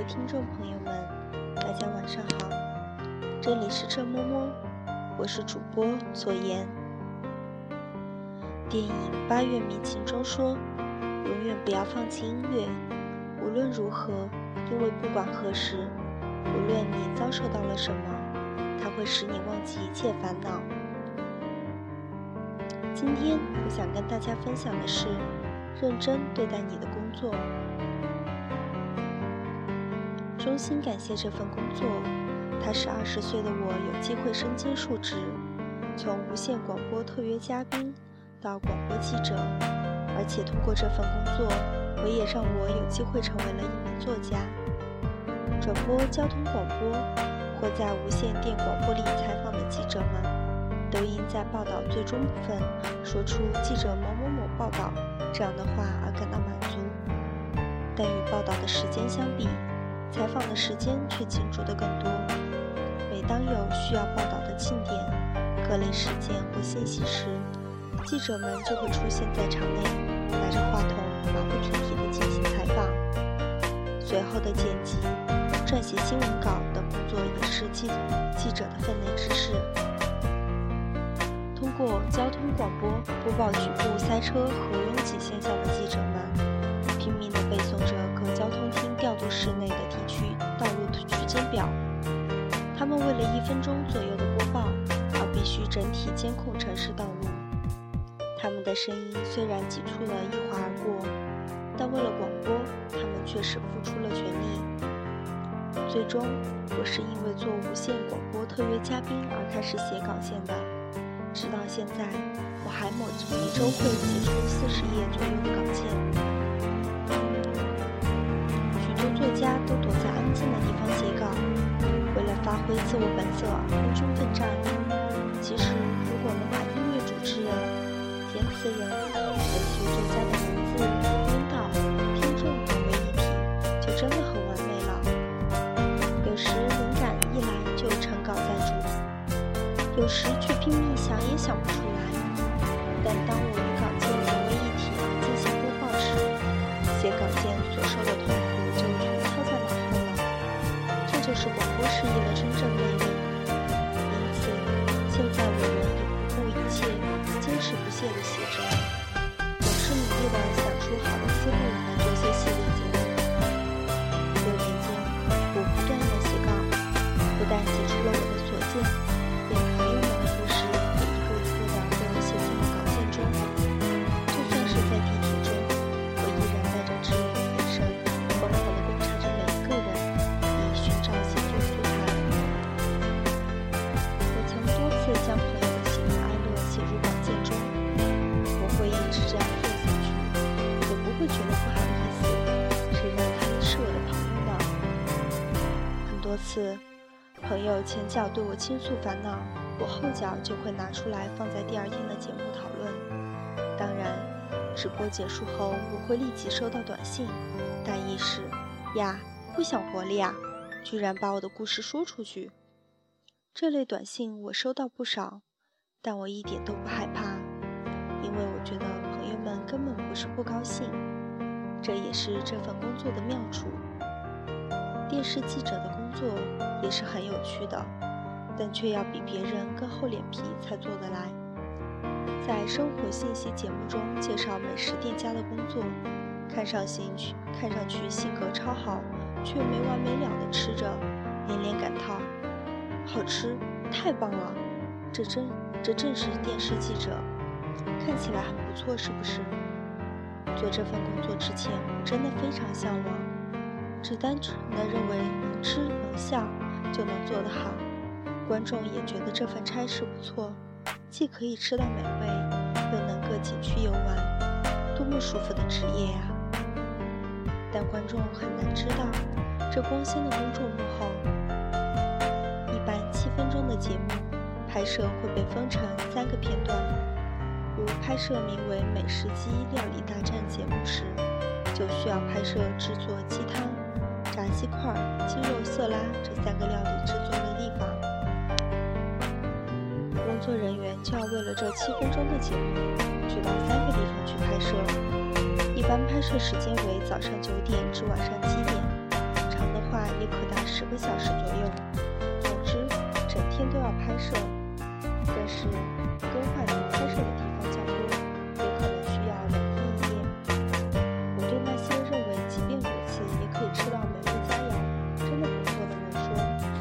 听众朋友们，大家晚上好，这里是这摸摸，我是主播左言。电影《八月迷情》中说，永远不要放弃音乐，无论如何，因为不管何时，无论你遭受到了什么，它会使你忘记一切烦恼。今天我想跟大家分享的是，认真对待你的工作。衷心感谢这份工作，它使20岁的我有机会身兼数职，从无线广播特约嘉宾到广播记者，而且通过这份工作，我也让我有机会成为了一名作家。转播交通广播或在无线电广播里采访的记者们，都因在报道最终部分说出记者某某某报道这样的话而感到满足，但与报道的时间相比，采访的时间却倾注得更多。每当有需要报道的庆典、各类事件或信息时，记者们就会出现在场内，拿着话筒马不停蹄地进行采访。随后的剪辑、撰写新闻稿等工作也是记者的分内之事。通过交通广播播报局部塞车和拥挤现象的记者们，拼命地背诵着各交通厅调度室内的地区道路区间表。他们为了1分钟左右的播报，而必须整体监控城市道路。他们的声音虽然挤出了一划而过，但为了广播，他们确实付出了全力。最终，我是因为做无线广播特约嘉宾而开始写稿件的。直到现在，我还每周会写出40页左右的稿件。许多作家都躲在安静的地方写稿，为了发挥自我本色而孤军奋战。其实，如果能把音乐主持人、填词人、文学作家的名字、编导、听众融为一体，就真的很完美了。有时灵感一来就成稿在主，有时却拼命想也想不出来。但当我与稿件融为一体而进行播报时，写稿件所受的痛苦就全抛在脑后了。这就是广播事业的真正魅力。因此，现在我仍以不顾一切、坚持不懈地写着，总是努力地想出好的思路来做些系列节目。6年间，我不断地写稿，不但写出了我的所见，连朋友们的故事也一个一个地被我写进了稿件中。就算是在地铁中，我依然带着炽烈的眼神，疯狂地观察着每一个人，以寻找写作素材。我曾多次将朋友的喜怒哀乐写入稿件中，我会一直这样做下去，也不会觉得不好意思，谁让他们是我的朋友呢？很多次，朋友前脚对我倾诉烦恼，我后脚就会拿出来放在第2天的节目讨论。当然，直播结束后，我会立即收到短信，大意是：呀，不想活了呀，居然把我的故事说出去。这类短信我收到不少，但我一点都不害怕，因为我觉得朋友们根本不是不高兴，这也是这份工作的妙处。电视记者的工作也是很有趣的，但却要比别人更厚脸皮才做得来。在生活信息节目中介绍美食店家的工作，看上去性格超好，却没完没了地吃着，连连感叹：好吃，太棒了！这正是电视记者，看起来很不错，是不是？做这份工作之前，我真的非常向往，只单纯地认为能吃能笑就能做得好，观众也觉得这份差事不错，既可以吃到美味，又能各景区游玩，多么舒服的职业呀！但观众很难知道，这光鲜的工作幕后，一般7分钟的节目拍摄会被分成3个片段。如拍摄名为美食机料理大战节目时，就需要拍摄制作鸡汤、炸鸡块、鸡肉色拉这3个料理制作的地方。工作人员就要为了这7分钟的节目，去到3个地方去拍摄。一般拍摄时间为早上9点至晚上7点，长的话也可达10个小时左右。总之，整天都要拍摄，但是更换能拍摄的地方较多，也可能需要2天1夜。我对那些认为即便如此也可以吃到美味佳肴真的不错的人说，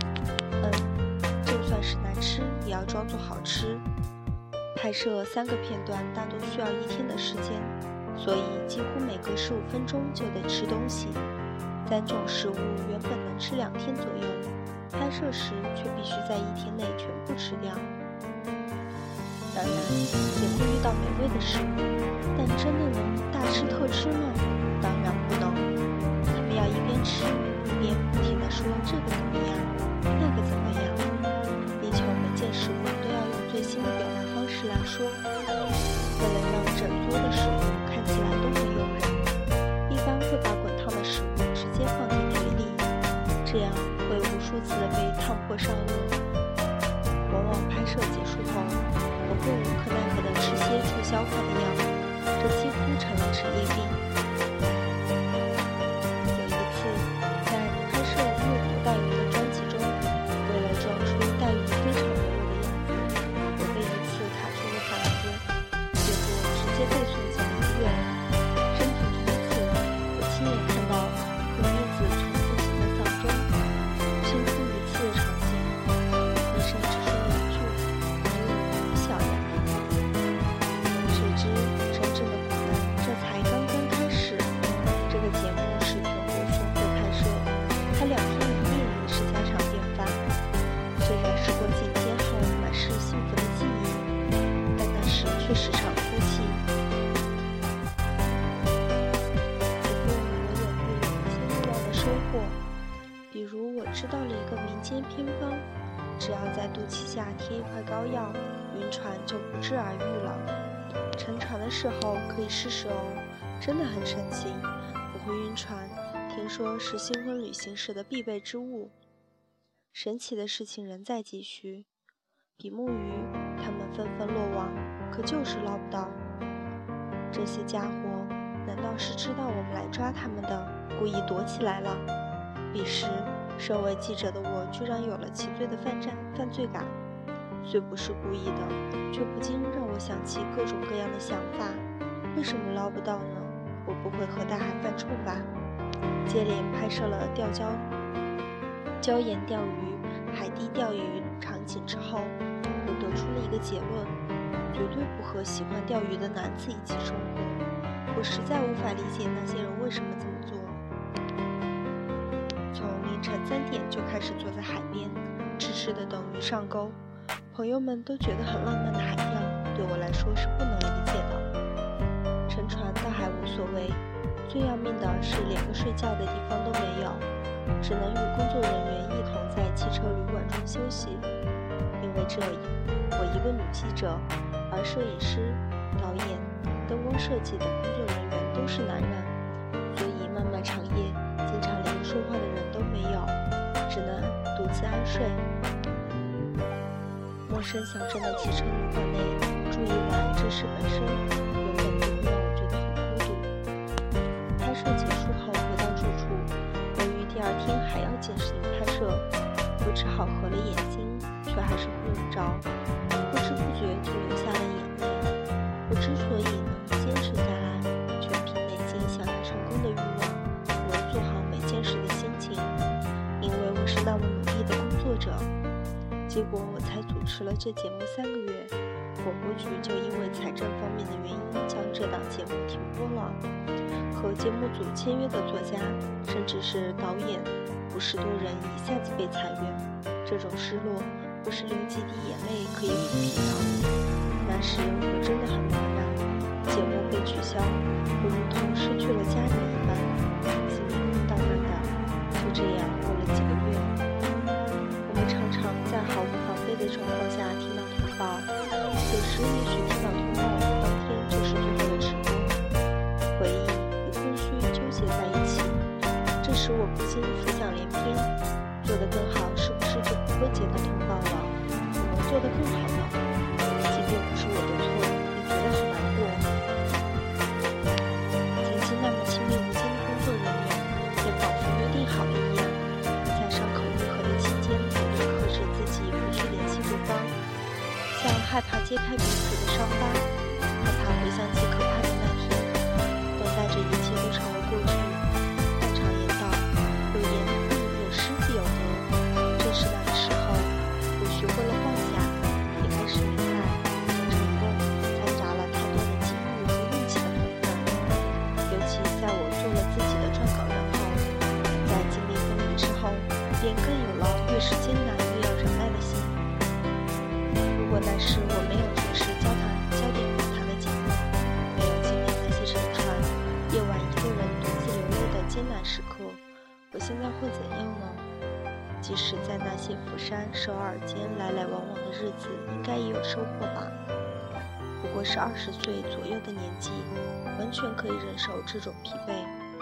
就算是难吃也要装作好吃。拍摄3个片段大多需要1天的时间，所以几乎每隔15分钟就得吃东西。3种食物原本能吃2天左右，拍摄时却必须在1天内全部吃掉。当然，也会遇到美味的食物，但真的能大吃特吃吗？当然不能。他们要一边吃一边不停地说这个怎么样，那个怎么样，力求每件食物都要用最新的表达方式来说。为了让整桌的食物看起来都很诱人，一般会把滚烫的食物直接放进嘴里，这样会无数次地被烫破上颚。往往拍摄结束后，我会无可奈何地吃些助消化的药，这几乎成了职业病。有一次，在拍摄木头带鱼的专辑中，为了装出带鱼非常美味的样子，我被一次卡住了嗓子，结果直接被送进了医院。生平第一次，我亲眼看到有妹子从父亲的嗓中倾出一次的场景。医生只说了一句：“不小呀。”谁知真正的苦难这才刚刚开始。这个节目是全国巡回拍摄，拍2天1夜也是家常便饭。虽然时过境迁后满是幸福的记忆，但那时却时常哭泣。不过我也会有一些意外的收获，比如我知道了一个民间偏方，只要在肚脐下贴一块膏药，晕船就不治而愈了。乘船的时候可以试试哦，真的很神奇，不会晕船，听说是新婚旅行时的必备之物。神奇的事情仍在继续，比目鱼他们纷纷落网，可就是捞不到。这些家伙难道是知道我们来抓他们的，故意躲起来了？彼时身为记者的我居然有了其罪的犯罪感，虽不是故意的，却不禁让我想起各种各样的想法。为什么捞不到呢？我不会和大海犯冲吧？接连拍摄了礁岩钓鱼、海底钓鱼场景之后，我得出了一个结论：绝对不和喜欢钓鱼的男子一起生活。我实在无法理解那些人为什么这么做。从凌晨3点就开始坐在海边，痴痴地等鱼上钩。朋友们都觉得很浪漫的海钓，对我来说是不能理解的。乘船倒还无所谓，最要命的是连个睡觉的地方都没有，只能与工作人员一同在汽车旅馆中休息。因为我一个女记者，而摄影师、导演、灯光设计等工作人员都是男人，所以漫漫长夜经常连说话的人都没有，只能独自安睡。陌生小镇的汽车旅馆内住一晚，这事本身原本就让我觉得很孤独。拍摄结束后回到住处，由于第2天还要进行拍摄，我只好合了眼睛，却还是睡不着，不知不觉就流下了眼泪。我之所以能坚持下来，全凭内心想要成功的欲望和做好每件事的心情，因为我是那么努力的工作者。结果我才主持了这节目3个月，广播局就因为财政方面的原因将这档节目停播了。和节目组签约的作家，甚至是导演，50多人一下子被裁员，这种失落不是流几滴眼泪可以抚平的。那时我真的很茫然，节目被取消，我如同失去了家人一般，心里空荡荡的。就这样过了几个月，我们常常在毫无防备的状况下听到通报，有时也许听到通报当天就是最后的直播。回忆与空虚纠结在一起，这时我不禁浮想联翩，做得更好是不是就不会接到通报了？我能做得更好呢？即便不是我的错，也觉得很难过。曾经那么亲密无间的工作人员，也仿佛约定好了一样， 开彼此的伤疤，害怕回想起可怕的那天，等待着一切都成为过去。但常言道，有言必有失必有得，正是那个时候，我学会了放下，也开始明白，成功掺杂了太多的机遇和运气的成分。尤其在我做了自己的撰稿人后，在经历风雨之后，便更有了越是艰难越要忍耐的心。如果那时我没有从事焦点访谈的节目，没有经历那些沉船夜晚一个人独自流泪的艰难时刻，我现在会怎样呢？即使在那些釜山、首尔间来来往往的日子，应该也有收获吧。不过是20岁左右的年纪，完全可以忍受这种疲惫。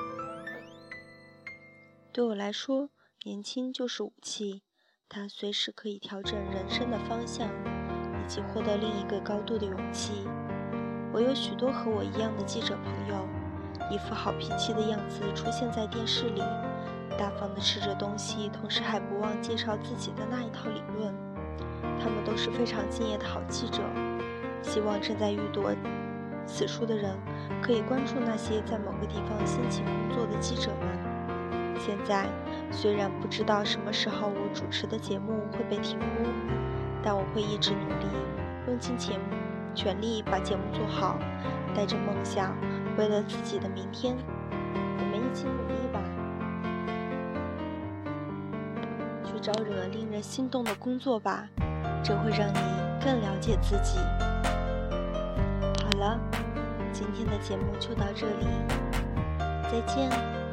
对我来说，年轻就是武器，它随时可以调整人生的方向，以及获得另一个高度的勇气。我有许多和我一样的记者朋友，一副好脾气的样子出现在电视里，大方地吃着东西，同时还不忘介绍自己的那一套理论。他们都是非常敬业的好记者，希望正在阅读此书的人可以关注那些在某个地方辛勤工作的记者们。现在虽然不知道什么时候我主持的节目会被停播，但我会一直努力，用尽全力把节目做好，带着梦想，为了自己的明天。我们一起努力吧，去招惹令人心动的工作吧，这会让你更了解自己。好了，今天的节目就到这里，再见。